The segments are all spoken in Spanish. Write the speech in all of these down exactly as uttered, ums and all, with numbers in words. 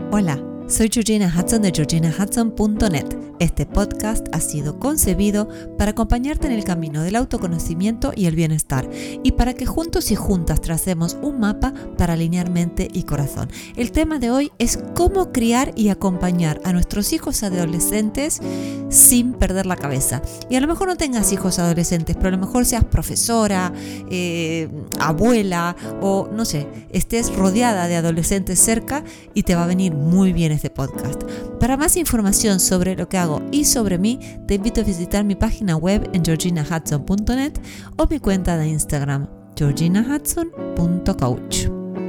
Hola, soy Georgina Hudson de georgina hudson punto net. Este podcast ha sido concebido para acompañarte en el camino del autoconocimiento y el bienestar y para que juntos y juntas tracemos un mapa para alinear mente y corazón. El tema de hoy es cómo criar y acompañar a nuestros hijos adolescentes sin perder la cabeza. Y a lo mejor no tengas hijos adolescentes, pero a lo mejor seas profesora, eh, abuela o no sé, estés rodeada de adolescentes cerca y te va a venir muy bien este podcast. Para más información sobre lo que hago y sobre mí, te invito a visitar mi página web en georgina hudson punto net o mi cuenta de Instagram, georgina hudson punto coach.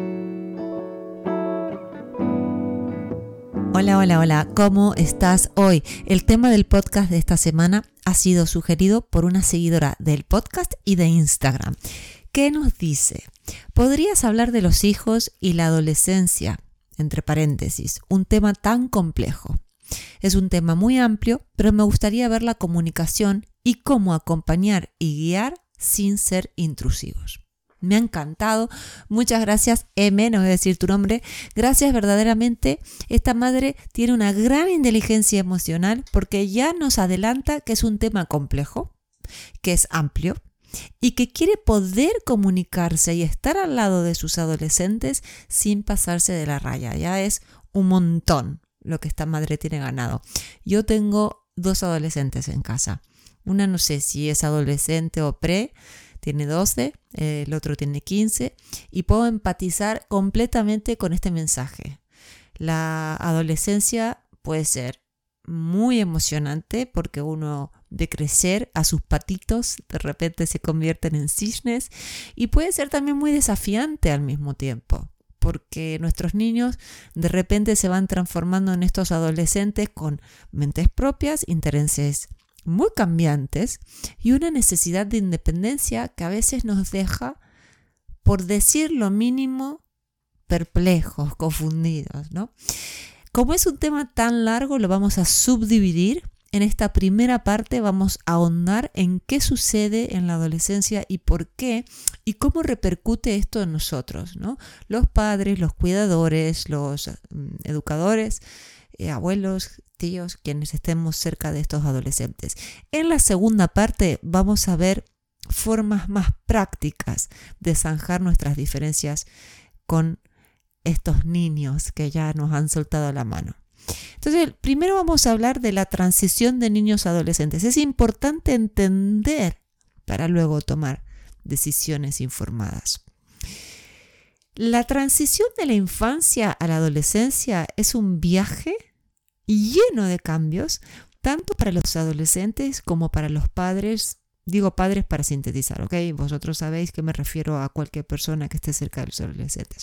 Hola, hola, hola, ¿cómo estás hoy? El tema del podcast de esta semana ha sido sugerido por una seguidora del podcast y de Instagram. ¿Qué nos dice? ¿Podrías hablar de los hijos y la adolescencia? Entre paréntesis, un tema tan complejo. Es un tema muy amplio, pero me gustaría ver la comunicación y cómo acompañar y guiar sin ser intrusivos. Me ha encantado. Muchas gracias, M, no voy a decir tu nombre. Gracias verdaderamente. Esta madre tiene una gran inteligencia emocional porque ya nos adelanta que es un tema complejo, que es amplio y que quiere poder comunicarse y estar al lado de sus adolescentes sin pasarse de la raya. Ya es un montón lo que esta madre tiene ganado. Yo tengo dos adolescentes en casa. Una no sé si es adolescente o pre, tiene doce, el otro tiene quince y puedo empatizar completamente con este mensaje. La adolescencia puede ser muy emocionante porque uno de crecer a sus patitos de repente se convierten en cisnes y puede ser también muy desafiante al mismo tiempo porque nuestros niños de repente se van transformando en estos adolescentes con mentes propias, intereses muy cambiantes y una necesidad de independencia que a veces nos deja, por decir lo mínimo, perplejos, confundidos, ¿no? Como es un tema tan largo, lo vamos a subdividir. En esta primera parte vamos a ahondar en qué sucede en la adolescencia y por qué y cómo repercute esto en nosotros, ¿no? Los padres, los cuidadores, los um, educadores, eh, abuelos, tíos, quienes estemos cerca de estos adolescentes. En la segunda parte vamos a ver formas más prácticas de zanjar nuestras diferencias con estos niños que ya nos han soltado la mano. Entonces, primero vamos a hablar de la transición de niños a adolescentes. Es importante entender para luego tomar decisiones informadas. La transición de la infancia a la adolescencia es un viaje lleno de cambios, tanto para los adolescentes como para los padres. Digo padres para sintetizar, ¿ok? Vosotros sabéis que me refiero a cualquier persona que esté cerca de los adolescentes.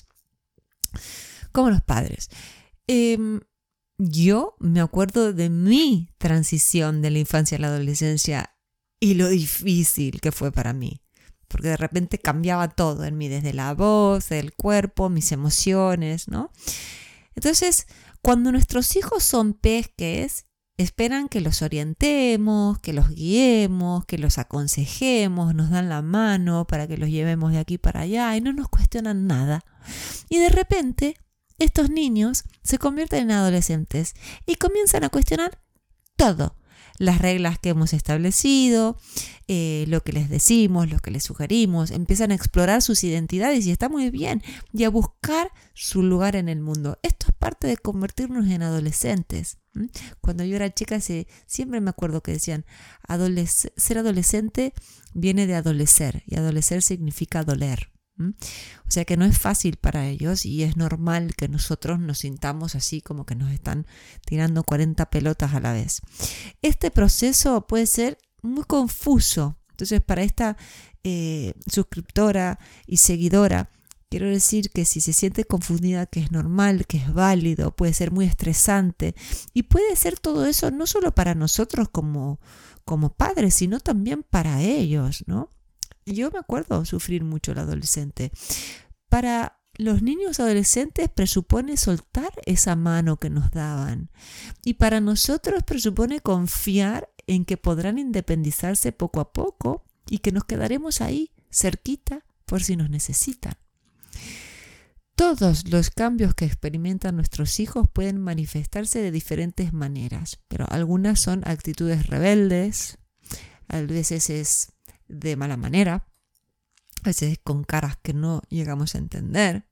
Como los padres. Eh, Yo me acuerdo de mi transición de la infancia a la adolescencia y lo difícil que fue para mí, porque de repente cambiaba todo en mí, desde la voz, el cuerpo, mis emociones, ¿no? Entonces, cuando nuestros hijos son peques, esperan que los orientemos, que los guiemos, que los aconsejemos, nos dan la mano para que los llevemos de aquí para allá y no nos cuestionan nada. Y de repente estos niños se convierten en adolescentes y comienzan a cuestionar todo. Las reglas que hemos establecido, eh, lo que les decimos, lo que les sugerimos. Empiezan a explorar sus identidades y está muy bien. Y a buscar su lugar en el mundo. Esto es parte de convertirnos en adolescentes. ¿Mm? Cuando yo era chica, se, siempre me acuerdo que decían, adolesc- ser adolescente viene de adolecer. Y adolecer significa doler. ¿Mm? O sea que no es fácil para ellos y es normal que nosotros nos sintamos así como que nos están tirando cuarenta pelotas a la vez. Este proceso puede ser muy confuso. Entonces, para esta eh, suscriptora y seguidora, quiero decir que si se siente confundida, que es normal, que es válido, puede ser muy estresante y puede ser todo eso no solo para nosotros como, como padres, sino también para ellos, ¿no? Yo me acuerdo sufrir mucho el adolescente. Para los niños adolescentes presupone soltar esa mano que nos daban. Y para nosotros presupone confiar en que podrán independizarse poco a poco y que nos quedaremos ahí cerquita por si nos necesitan. Todos los cambios que experimentan nuestros hijos pueden manifestarse de diferentes maneras, pero algunas son actitudes rebeldes, a veces es de mala manera, a veces es con caras que no llegamos a entender,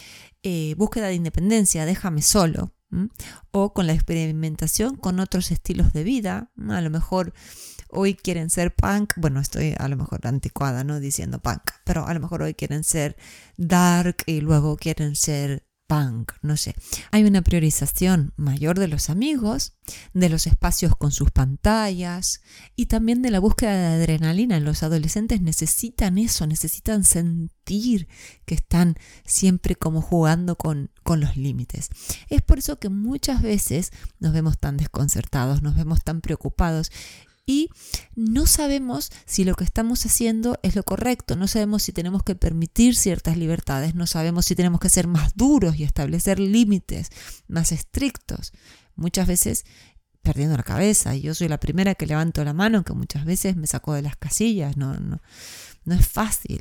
eh, búsqueda de independencia, déjame solo, ¿m? O con la experimentación con otros estilos de vida, a lo mejor hoy quieren ser punk, bueno, estoy a lo mejor anticuada, ¿no? Diciendo punk, pero a lo mejor hoy quieren ser dark y luego quieren ser punk, no sé. Hay una priorización mayor de los amigos, de los espacios con sus pantallas y también de la búsqueda de adrenalina. Los adolescentes necesitan eso, necesitan sentir que están siempre como jugando con, con los límites. Es por eso que muchas veces nos vemos tan desconcertados, nos vemos tan preocupados y no sabemos si lo que estamos haciendo es lo correcto, no sabemos si tenemos que permitir ciertas libertades, no sabemos si tenemos que ser más duros y establecer límites más estrictos. Muchas veces perdiendo la cabeza, y yo soy la primera que levanto la mano, que muchas veces me saco de las casillas, no, no, no es fácil.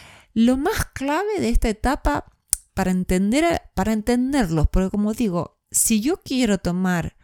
Lo más clave de esta etapa para, entender, para entenderlos, porque como digo, si yo quiero tomar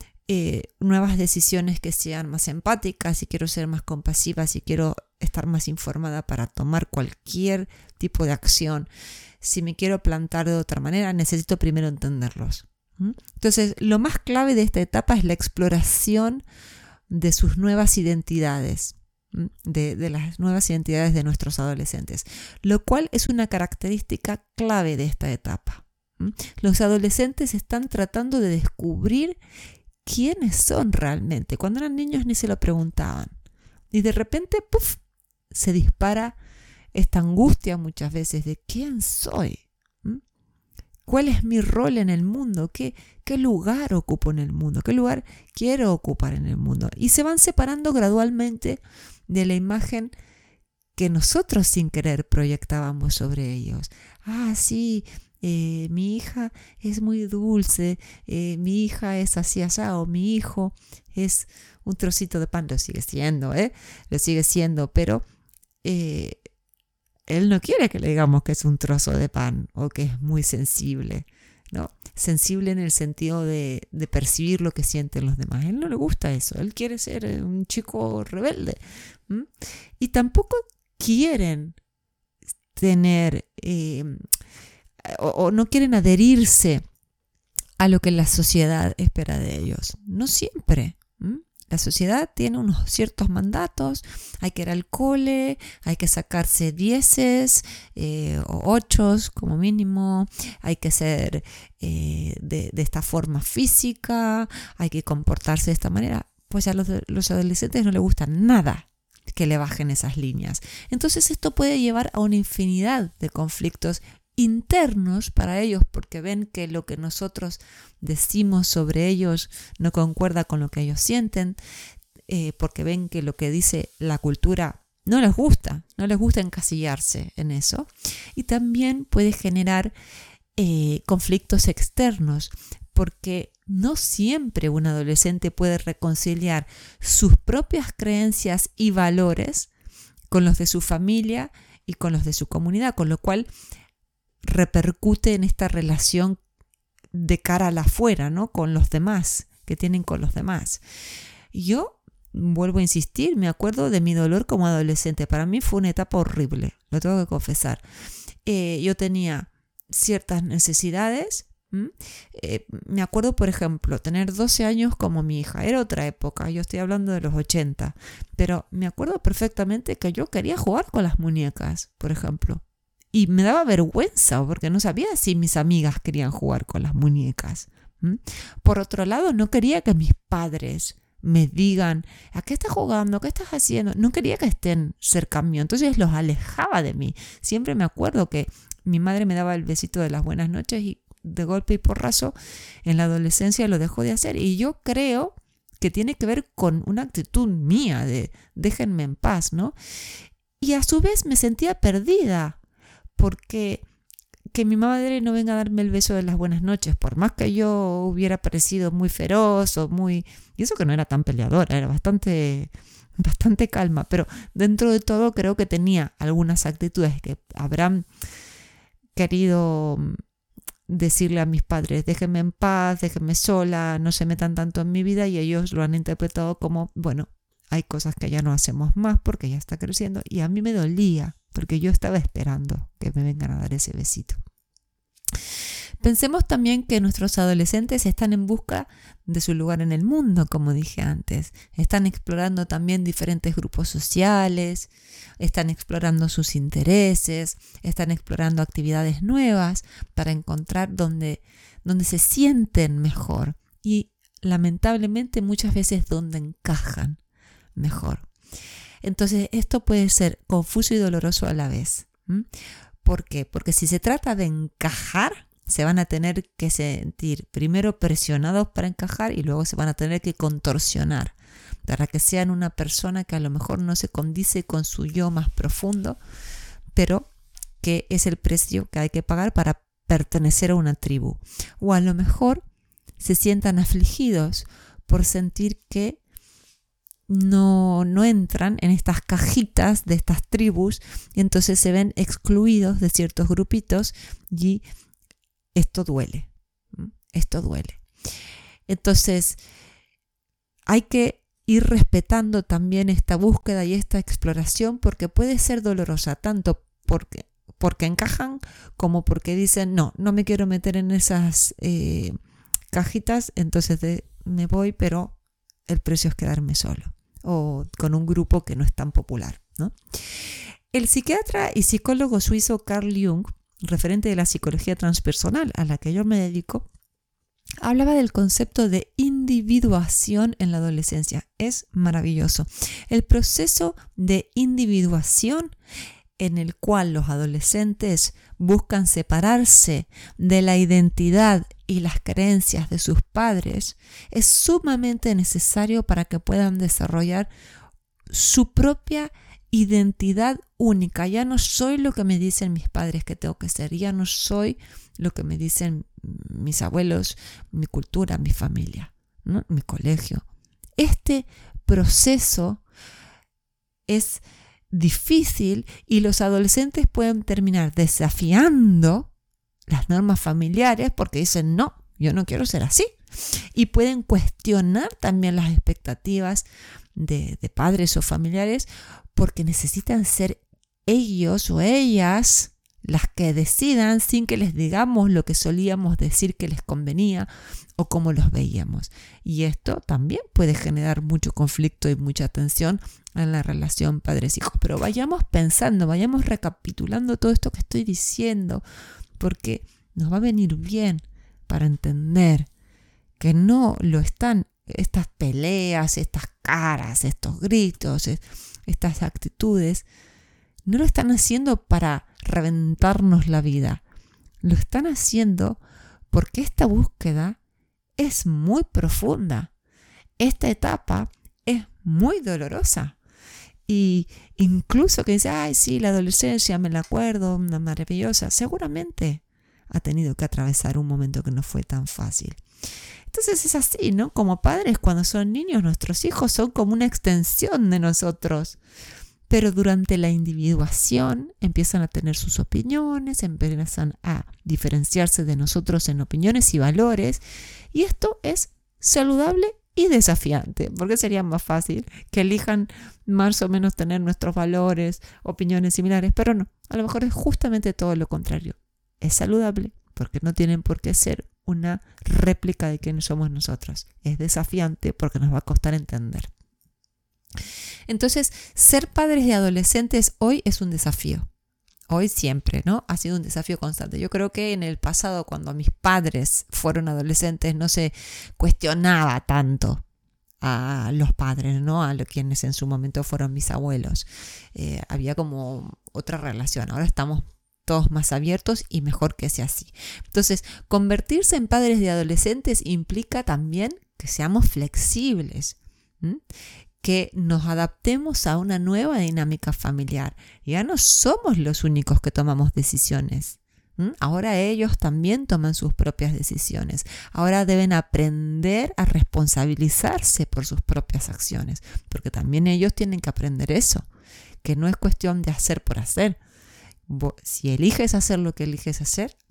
Eh, nuevas decisiones que sean más empáticas, si quiero ser más compasiva, si quiero estar más informada para tomar cualquier tipo de acción, si me quiero plantar de otra manera, necesito primero entenderlos. ¿Mm? Entonces, lo más clave de esta etapa es la exploración de sus nuevas identidades, ¿Mm? de, de las nuevas identidades de nuestros adolescentes, lo cual es una característica clave de esta etapa. ¿Mm? Los adolescentes están tratando de descubrir quiénes son realmente. Cuando eran niños ni se lo preguntaban. Y de repente, ¡puf!, se dispara esta angustia muchas veces de ¿quién soy? ¿Mm? ¿Cuál es mi rol en el mundo? ¿Qué, qué lugar ocupo en el mundo? ¿Qué lugar quiero ocupar en el mundo? Y se van separando gradualmente de la imagen que nosotros sin querer proyectábamos sobre ellos. Ah, sí, Eh, mi hija es muy dulce, eh, mi hija es así allá, o mi hijo es un trocito de pan, lo sigue siendo, ¿eh? Lo sigue siendo, pero eh, él no quiere que le digamos que es un trozo de pan o que es muy sensible, ¿no? Sensible en el sentido de, de percibir lo que sienten los demás. A él no le gusta eso, él quiere ser un chico rebelde. ¿Mm? Y tampoco quieren tener... Eh, O, o no quieren adherirse a lo que la sociedad espera de ellos. No siempre. ¿m? La sociedad tiene unos ciertos mandatos. Hay que ir al cole, hay que sacarse dieces eh, o ochos como mínimo. Hay que ser eh, de, de esta forma física. Hay que comportarse de esta manera. Pues a los, los adolescentes no les gusta nada que le bajen esas líneas. Entonces esto puede llevar a una infinidad de conflictos internos para ellos, porque ven que lo que nosotros decimos sobre ellos no concuerda con lo que ellos sienten, eh, porque ven que lo que dice la cultura no les gusta, no les gusta encasillarse en eso, y también puede generar eh, conflictos externos, porque no siempre un adolescente puede reconciliar sus propias creencias y valores con los de su familia y con los de su comunidad, con lo cual repercute en esta relación de cara a la afuera, ¿no? Con los demás, que tienen con los demás. Yo vuelvo a insistir, me acuerdo de mi dolor como adolescente. Para mí fue una etapa horrible, lo tengo que confesar. Eh, yo tenía ciertas necesidades. ¿Mm? Eh, me acuerdo, por ejemplo, tener doce años como mi hija. Era otra época, yo estoy hablando de los ochenta. Pero me acuerdo perfectamente que yo quería jugar con las muñecas, por ejemplo. Y me daba vergüenza porque no sabía si mis amigas querían jugar con las muñecas. ¿Mm? Por otro lado, no quería que mis padres me digan, ¿a qué estás jugando? ¿Qué estás haciendo? No quería que estén cerca mío, entonces los alejaba de mí. Siempre me acuerdo que mi madre me daba el besito de las buenas noches y de golpe y porrazo en la adolescencia lo dejó de hacer. Y yo creo que tiene que ver con una actitud mía de déjenme en paz, ¿no? Y a su vez me sentía perdida, porque que mi madre no venga a darme el beso de las buenas noches, por más que yo hubiera parecido muy feroz o muy... Y eso que no era tan peleadora, era bastante, bastante calma, pero dentro de todo creo que tenía algunas actitudes que habrán querido decirle a mis padres, déjenme en paz, déjenme sola, no se metan tanto en mi vida, y ellos lo han interpretado como, bueno, hay cosas que ya no hacemos más porque ya está creciendo, y a mí me dolía porque yo estaba esperando que me vengan a dar ese besito. Pensemos también que nuestros adolescentes están en busca de su lugar en el mundo, como dije antes. Están explorando también diferentes grupos sociales, están explorando sus intereses, están explorando actividades nuevas para encontrar donde, donde se sienten mejor y lamentablemente muchas veces donde encajan mejor. Entonces esto puede ser confuso y doloroso a la vez. ¿Mm? ¿Por qué? Porque si se trata de encajar, se van a tener que sentir primero presionados para encajar y luego se van a tener que contorsionar para que sean una persona que a lo mejor no se condice con su yo más profundo, pero que es el precio que hay que pagar para pertenecer a una tribu. O a lo mejor se sientan afligidos por sentir que no, no entran en estas cajitas de estas tribus y entonces se ven excluidos de ciertos grupitos y esto duele, esto duele. Entonces hay que ir respetando también esta búsqueda y esta exploración porque puede ser dolorosa tanto porque, porque encajan como porque dicen no, no me quiero meter en esas eh, cajitas, entonces de, me voy, pero el precio es quedarme solo o con un grupo que no es tan popular, ¿no? El psiquiatra y psicólogo suizo Carl Jung, referente de la psicología transpersonal a la que yo me dedico, hablaba del concepto de individuación en la adolescencia. Es maravilloso. El proceso de individuación en el cual los adolescentes buscan separarse de la identidad y las creencias de sus padres es sumamente necesario para que puedan desarrollar su propia identidad única. Ya no soy lo que me dicen mis padres que tengo que ser, ya no soy lo que me dicen mis abuelos, mi cultura, mi familia, ¿no? Mi colegio. Este proceso es difícil y los adolescentes pueden terminar desafiando las normas familiares porque dicen no, yo no quiero ser así, y pueden cuestionar también las expectativas de, de padres o familiares porque necesitan ser ellos o ellas las que decidan sin que les digamos lo que solíamos decir que les convenía o cómo los veíamos. Y esto también puede generar mucho conflicto y mucha tensión en la relación padres-hijos. Pero vayamos pensando, vayamos recapitulando todo esto que estoy diciendo, porque nos va a venir bien para entender que no lo están estas peleas, estas caras, estos gritos, estas actitudes, no lo están haciendo para reventarnos la vida. Lo están haciendo porque esta búsqueda es muy profunda. Esta etapa es muy dolorosa. Y incluso que dice, ay, sí, la adolescencia, me la acuerdo, una maravillosa. Seguramente ha tenido que atravesar un momento que no fue tan fácil. Entonces es así, ¿no? Como padres, cuando son niños, nuestros hijos son como una extensión de nosotros. Pero durante la individuación empiezan a tener sus opiniones, empiezan a diferenciarse de nosotros en opiniones y valores. Y esto es saludable y desafiante, porque sería más fácil que elijan más o menos tener nuestros valores, opiniones similares, pero no, a lo mejor es justamente todo lo contrario. Es saludable porque no tienen por qué ser una réplica de quiénes somos nosotros. Es desafiante porque nos va a costar entender. Entonces, ser padres de adolescentes hoy es un desafío. Hoy siempre, ¿no? Ha sido un desafío constante. Yo creo que en el pasado, cuando mis padres fueron adolescentes, no se cuestionaba tanto a los padres, ¿no? A los quienes en su momento fueron mis abuelos. Eh, había como otra relación. Ahora estamos todos más abiertos y mejor que sea así. Entonces, convertirse en padres de adolescentes implica también que seamos flexibles, ¿m? Que nos adaptemos a una nueva dinámica familiar. Ya no somos los únicos que tomamos decisiones. ¿Mm? Ahora ellos también toman sus propias decisiones. Ahora deben aprender a responsabilizarse por sus propias acciones, porque también ellos tienen que aprender eso, que no es cuestión de hacer por hacer. Si eliges hacer lo que eliges hacer,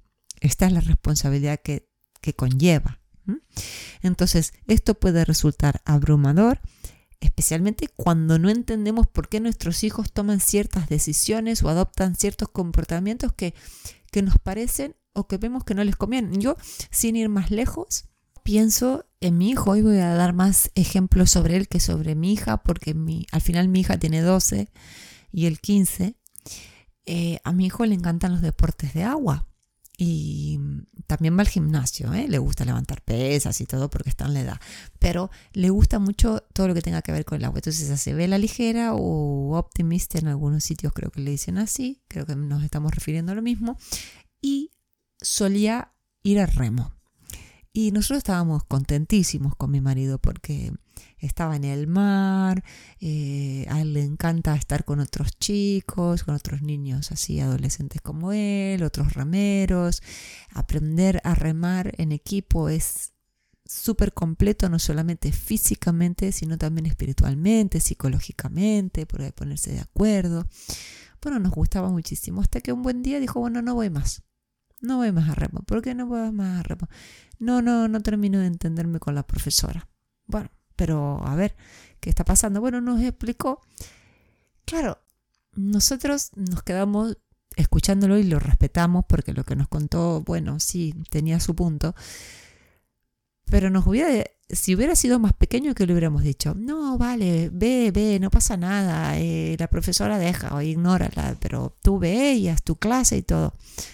esta es la responsabilidad que, que conlleva. ¿Mm? Entonces, esto puede resultar abrumador, especialmente cuando no entendemos por qué nuestros hijos toman ciertas decisiones o adoptan ciertos comportamientos que, que nos parecen o que vemos que no les convienen. Yo, sin ir más lejos, pienso en mi hijo. Hoy voy a dar más ejemplos sobre él que sobre mi hija, porque mi, al final mi hija tiene doce y él quince. Eh, a mi hijo le encantan los deportes de agua y también va al gimnasio, ¿eh? Le gusta levantar pesas y todo porque está en la edad, pero le gusta mucho todo lo que tenga que ver con el agua. Entonces hace vela ligera o optimista, en algunos sitios creo que le dicen así, creo que nos estamos refiriendo a lo mismo, y solía ir al remo. Y nosotros estábamos contentísimos con mi marido porque estaba en el mar, eh, a él le encanta estar con otros chicos, con otros niños así adolescentes como él, otros remeros. Aprender a remar en equipo es súper completo, no solamente físicamente, sino también espiritualmente, psicológicamente, por ponerse de acuerdo. Bueno, nos gustaba muchísimo hasta que un buen día dijo, bueno, no voy más. No voy más a remo. ¿Por qué no voy más a remo? No, no, no termino de entenderme con la profesora. Bueno, pero a ver, ¿qué está pasando? Bueno, nos explicó. Claro, nosotros nos quedamos escuchándolo y lo respetamos porque lo que nos contó, bueno, sí, tenía su punto. Pero nos hubiera, si hubiera sido más pequeño, ¿qué le hubiéramos dicho? No, vale, ve, ve, no pasa nada. Eh, la profesora deja o ignórala, pero tú ve y haz tu clase y todo.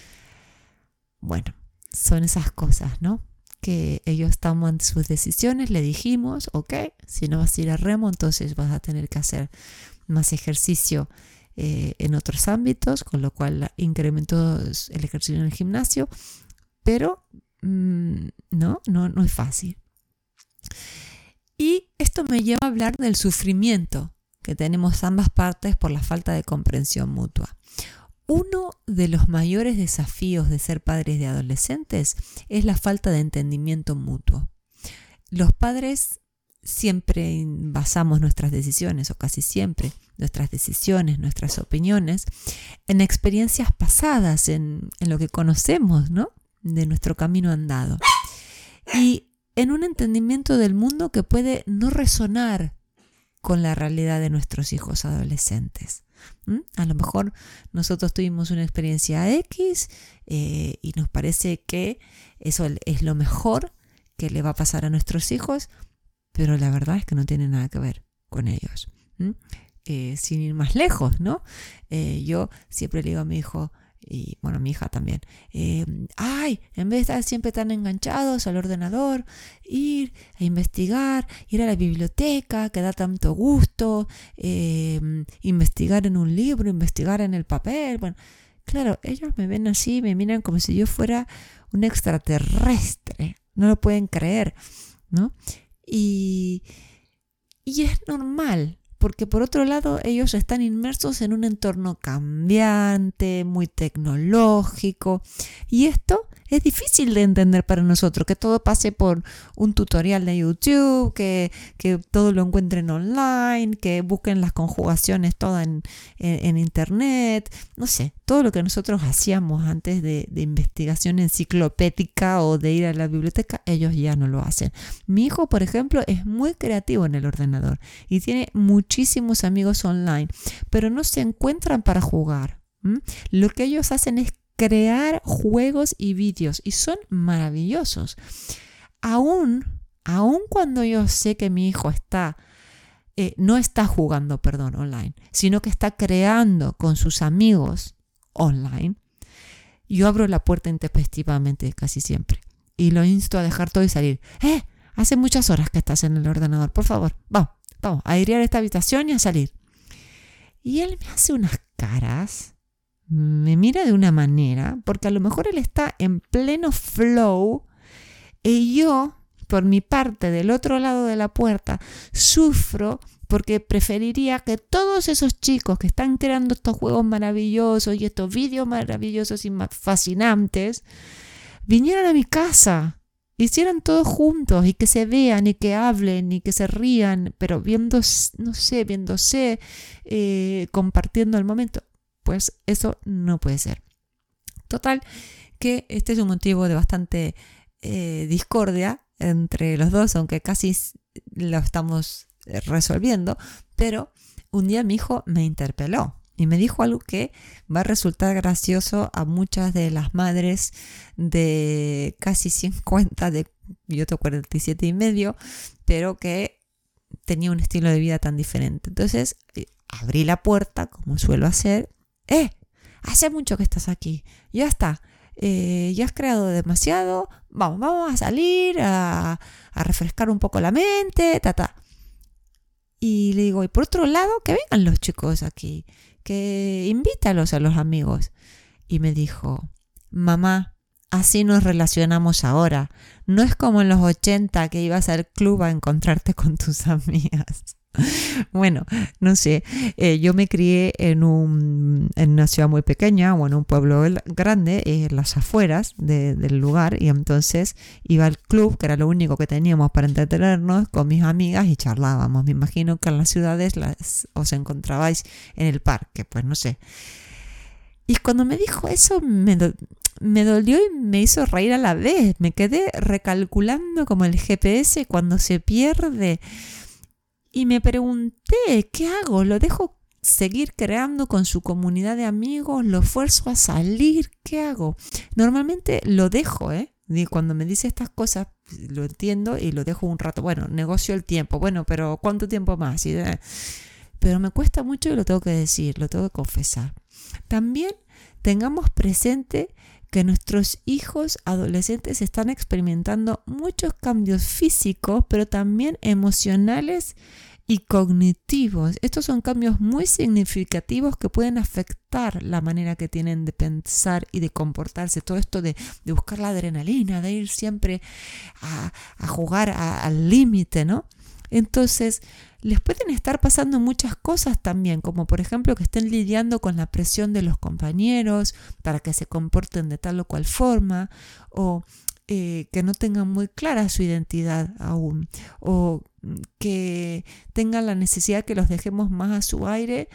Bueno, son esas cosas, ¿no? Que ellos toman sus decisiones, le dijimos, ok, si no vas a ir a remo, entonces vas a tener que hacer más ejercicio eh, en otros ámbitos, con lo cual incrementó el ejercicio en el gimnasio, pero mmm, no, no, no es fácil. Y esto me lleva a hablar del sufrimiento que tenemos ambas partes por la falta de comprensión mutua. Uno de los mayores desafíos de ser padres de adolescentes es la falta de entendimiento mutuo. Los padres siempre basamos nuestras decisiones, o casi siempre, nuestras decisiones, nuestras opiniones, en experiencias pasadas, en, en lo que conocemos, ¿no? De nuestro camino andado. Y en un entendimiento del mundo que puede no resonar con la realidad de nuestros hijos adolescentes. ¿Mm? A lo mejor nosotros tuvimos una experiencia X eh, y nos parece que eso es lo mejor que le va a pasar a nuestros hijos, pero la verdad es que no tiene nada que ver con ellos. ¿Mm? Eh, sin ir más lejos, ¿no? Eh, yo siempre le digo a mi hijo, y bueno, a mi hija también, eh, ay, en vez de estar siempre tan enganchados al ordenador, ir a investigar, ir a la biblioteca, que da tanto gusto, eh, investigar en un libro, investigar en el papel. Bueno, claro, ellos me ven así, me miran como si yo fuera un extraterrestre, no lo pueden creer, ¿no? Y, y es normal. Porque por otro lado ellos están inmersos en un entorno cambiante, muy tecnológico, y esto es difícil de entender para nosotros, que todo pase por un tutorial de YouTube, que, que todo lo encuentren online, que busquen las conjugaciones todas en, en, en internet, no sé, todo lo que nosotros hacíamos antes de, de investigación enciclopédica o de ir a la biblioteca, ellos ya no lo hacen. Mi hijo, por ejemplo, es muy creativo en el ordenador y tiene muchísimos amigos online, pero no se encuentran para jugar. ¿Mm? Lo que ellos hacen es crear juegos y vídeos y son maravillosos. Aún, aún cuando yo sé que mi hijo está, eh, no está jugando, perdón, online, sino que está creando con sus amigos online, yo abro la puerta intempestivamente casi siempre y lo insto a dejar todo y salir. ¡Eh! Hace muchas horas que estás en el ordenador, por favor, vamos, vamos a airear esta habitación y a salir. Y él me hace unas caras, me mira de una manera, porque a lo mejor él está en pleno flow y yo, por mi parte, del otro lado de la puerta, sufro porque preferiría que todos esos chicos que están creando estos juegos maravillosos y estos vídeos maravillosos y fascinantes vinieran a mi casa, hicieran todos juntos y que se vean y que hablen y que se rían, pero viendo, no sé, viéndose, eh, compartiendo el momento. Pues eso no puede ser. Total, que este es un motivo de bastante eh, discordia entre los dos, aunque casi lo estamos resolviendo, pero un día mi hijo me interpeló y me dijo algo que va a resultar gracioso a muchas de las madres de casi cincuenta, de yo tengo cuarenta y siete y medio, pero que tenía un estilo de vida tan diferente. Entonces abrí la puerta, como suelo hacer. ¡Eh! Hace mucho que estás aquí. Ya está. Eh, ya has creado demasiado. Vamos, vamos a salir a, a refrescar un poco la mente. Ta, ta. Y le digo, y por otro lado, que vengan los chicos aquí. Que invítalos a los amigos. Y me dijo, mamá, así nos relacionamos ahora. No es como en los ochenta que ibas al club a encontrarte con tus amigas. Bueno, no sé, eh, yo me crié en, un, en una ciudad muy pequeña o en un pueblo grande, en eh, las afueras de, del lugar, y entonces iba al club, que era lo único que teníamos para entretenernos, con mis amigas y charlábamos. Me imagino que en las ciudades las, os encontrabais en el parque, pues no sé. Y cuando me dijo eso me, do, me dolió y me hizo reír a la vez. Me quedé recalculando como el G P S cuando se pierde. Y me pregunté, ¿qué hago? ¿Lo dejo seguir creando con su comunidad de amigos? ¿Lo esfuerzo a salir? ¿Qué hago? Normalmente lo dejo, ¿eh? Y cuando me dice estas cosas, lo entiendo y lo dejo un rato. Bueno, negocio el tiempo. Bueno, pero ¿cuánto tiempo más? Y, eh, pero me cuesta mucho y lo tengo que decir, lo tengo que confesar. También tengamos presente que nuestros hijos adolescentes están experimentando muchos cambios físicos, pero también emocionales y cognitivos. Estos son cambios muy significativos que pueden afectar la manera que tienen de pensar y de comportarse. Todo esto de, de buscar la adrenalina, de ir siempre a, a jugar a, al límite, ¿no? Entonces, les pueden estar pasando muchas cosas también, como por ejemplo que estén lidiando con la presión de los compañeros para que se comporten de tal o cual forma, o eh, que no tengan muy clara su identidad aún, o que tengan la necesidad que los dejemos más a su aire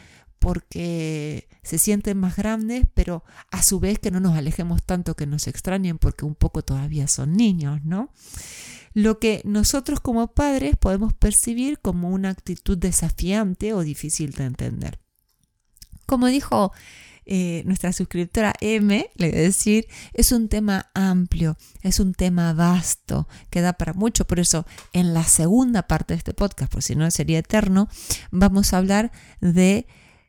porque se sienten más grandes, pero a su vez que no nos alejemos tanto que nos extrañen porque un poco todavía son niños, ¿no? Lo que nosotros como padres podemos percibir como una actitud desafiante o difícil de entender. Como dijo eh, nuestra suscriptora M, le voy a decir, es un tema amplio, es un tema vasto, que da para mucho. Por eso, en la segunda parte de este podcast, pues si no sería eterno, vamos a hablar de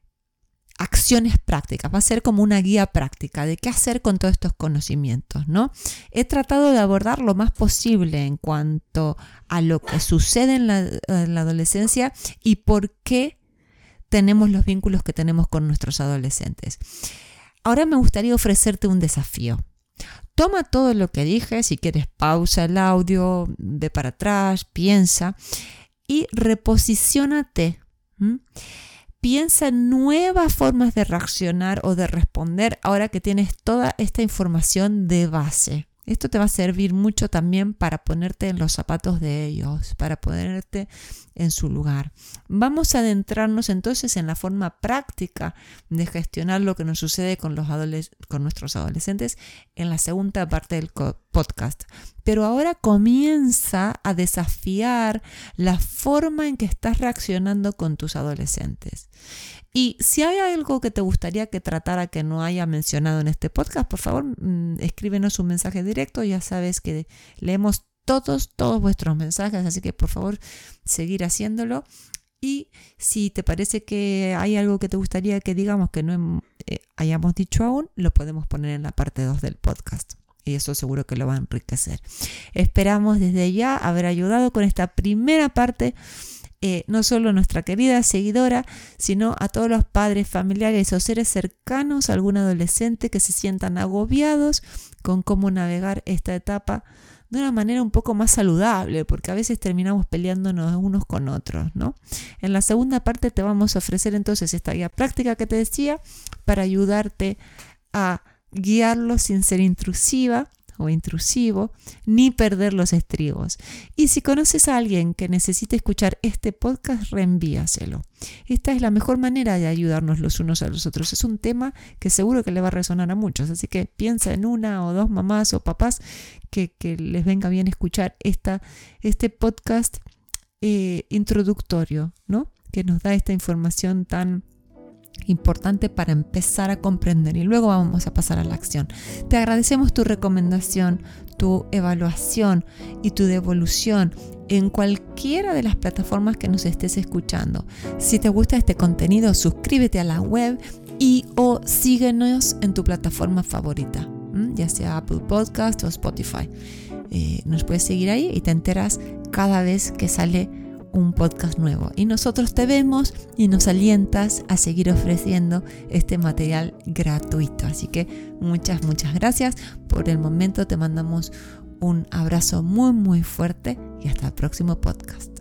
acciones prácticas. Va a ser como una guía práctica de qué hacer con todos estos conocimientos, ¿no? He tratado de abordar lo más posible en cuanto a lo que sucede en la, en la adolescencia y por qué tenemos los vínculos que tenemos con nuestros adolescentes. Ahora me gustaría ofrecerte un desafío. Toma todo lo que dije, si quieres pausa el audio, ve para atrás, piensa y reposiciónate. ¿Mm? Piensa en nuevas formas de reaccionar o de responder ahora que tienes toda esta información de base. Esto te va a servir mucho también para ponerte en los zapatos de ellos, para ponerte en su lugar. Vamos a adentrarnos entonces en la forma práctica de gestionar lo que nos sucede con, los adoles- con nuestros adolescentes en la segunda parte del podcast. Pero ahora comienza a desafiar la forma en que estás reaccionando con tus adolescentes. Y si hay algo que te gustaría que tratara que no haya mencionado en este podcast, por favor, mmm, escríbenos un mensaje directo. Ya sabes que leemos todos, todos vuestros mensajes, así que por favor, seguir haciéndolo. Y si te parece que hay algo que te gustaría que digamos que no eh, hayamos dicho aún, lo podemos poner en la parte dos del podcast. Y eso seguro que lo va a enriquecer. Esperamos desde ya haber ayudado con esta primera parte. Eh, no solo a nuestra querida seguidora, sino a todos los padres, familiares o seres cercanos a algún adolescente que se sientan agobiados con cómo navegar esta etapa de una manera un poco más saludable, porque a veces terminamos peleándonos unos con otros, ¿no? En la segunda parte te vamos a ofrecer entonces esta guía práctica que te decía para ayudarte a guiarlos sin ser intrusiva, o intrusivo, ni perder los estribos. Y si conoces a alguien que necesite escuchar este podcast, reenvíaselo. Esta es la mejor manera de ayudarnos los unos a los otros. Es un tema que seguro que le va a resonar a muchos, así que piensa en una o dos mamás o papás que, que les venga bien escuchar esta, este podcast eh, introductorio, ¿no? Que nos da esta información tan importante para empezar a comprender, y luego vamos a pasar a la acción. Te agradecemos tu recomendación, tu evaluación y tu devolución en cualquiera de las plataformas que nos estés escuchando. Si te gusta este contenido, suscríbete a la web y o síguenos en tu plataforma favorita, ¿m? ya sea Apple Podcast o Spotify. Eh, nos puedes seguir ahí y te enteras cada vez que sale un podcast nuevo, y nosotros te vemos y nos alientas a seguir ofreciendo este material gratuito. Así que muchas muchas gracias. Por el momento te mandamos un abrazo muy muy fuerte y hasta el próximo podcast.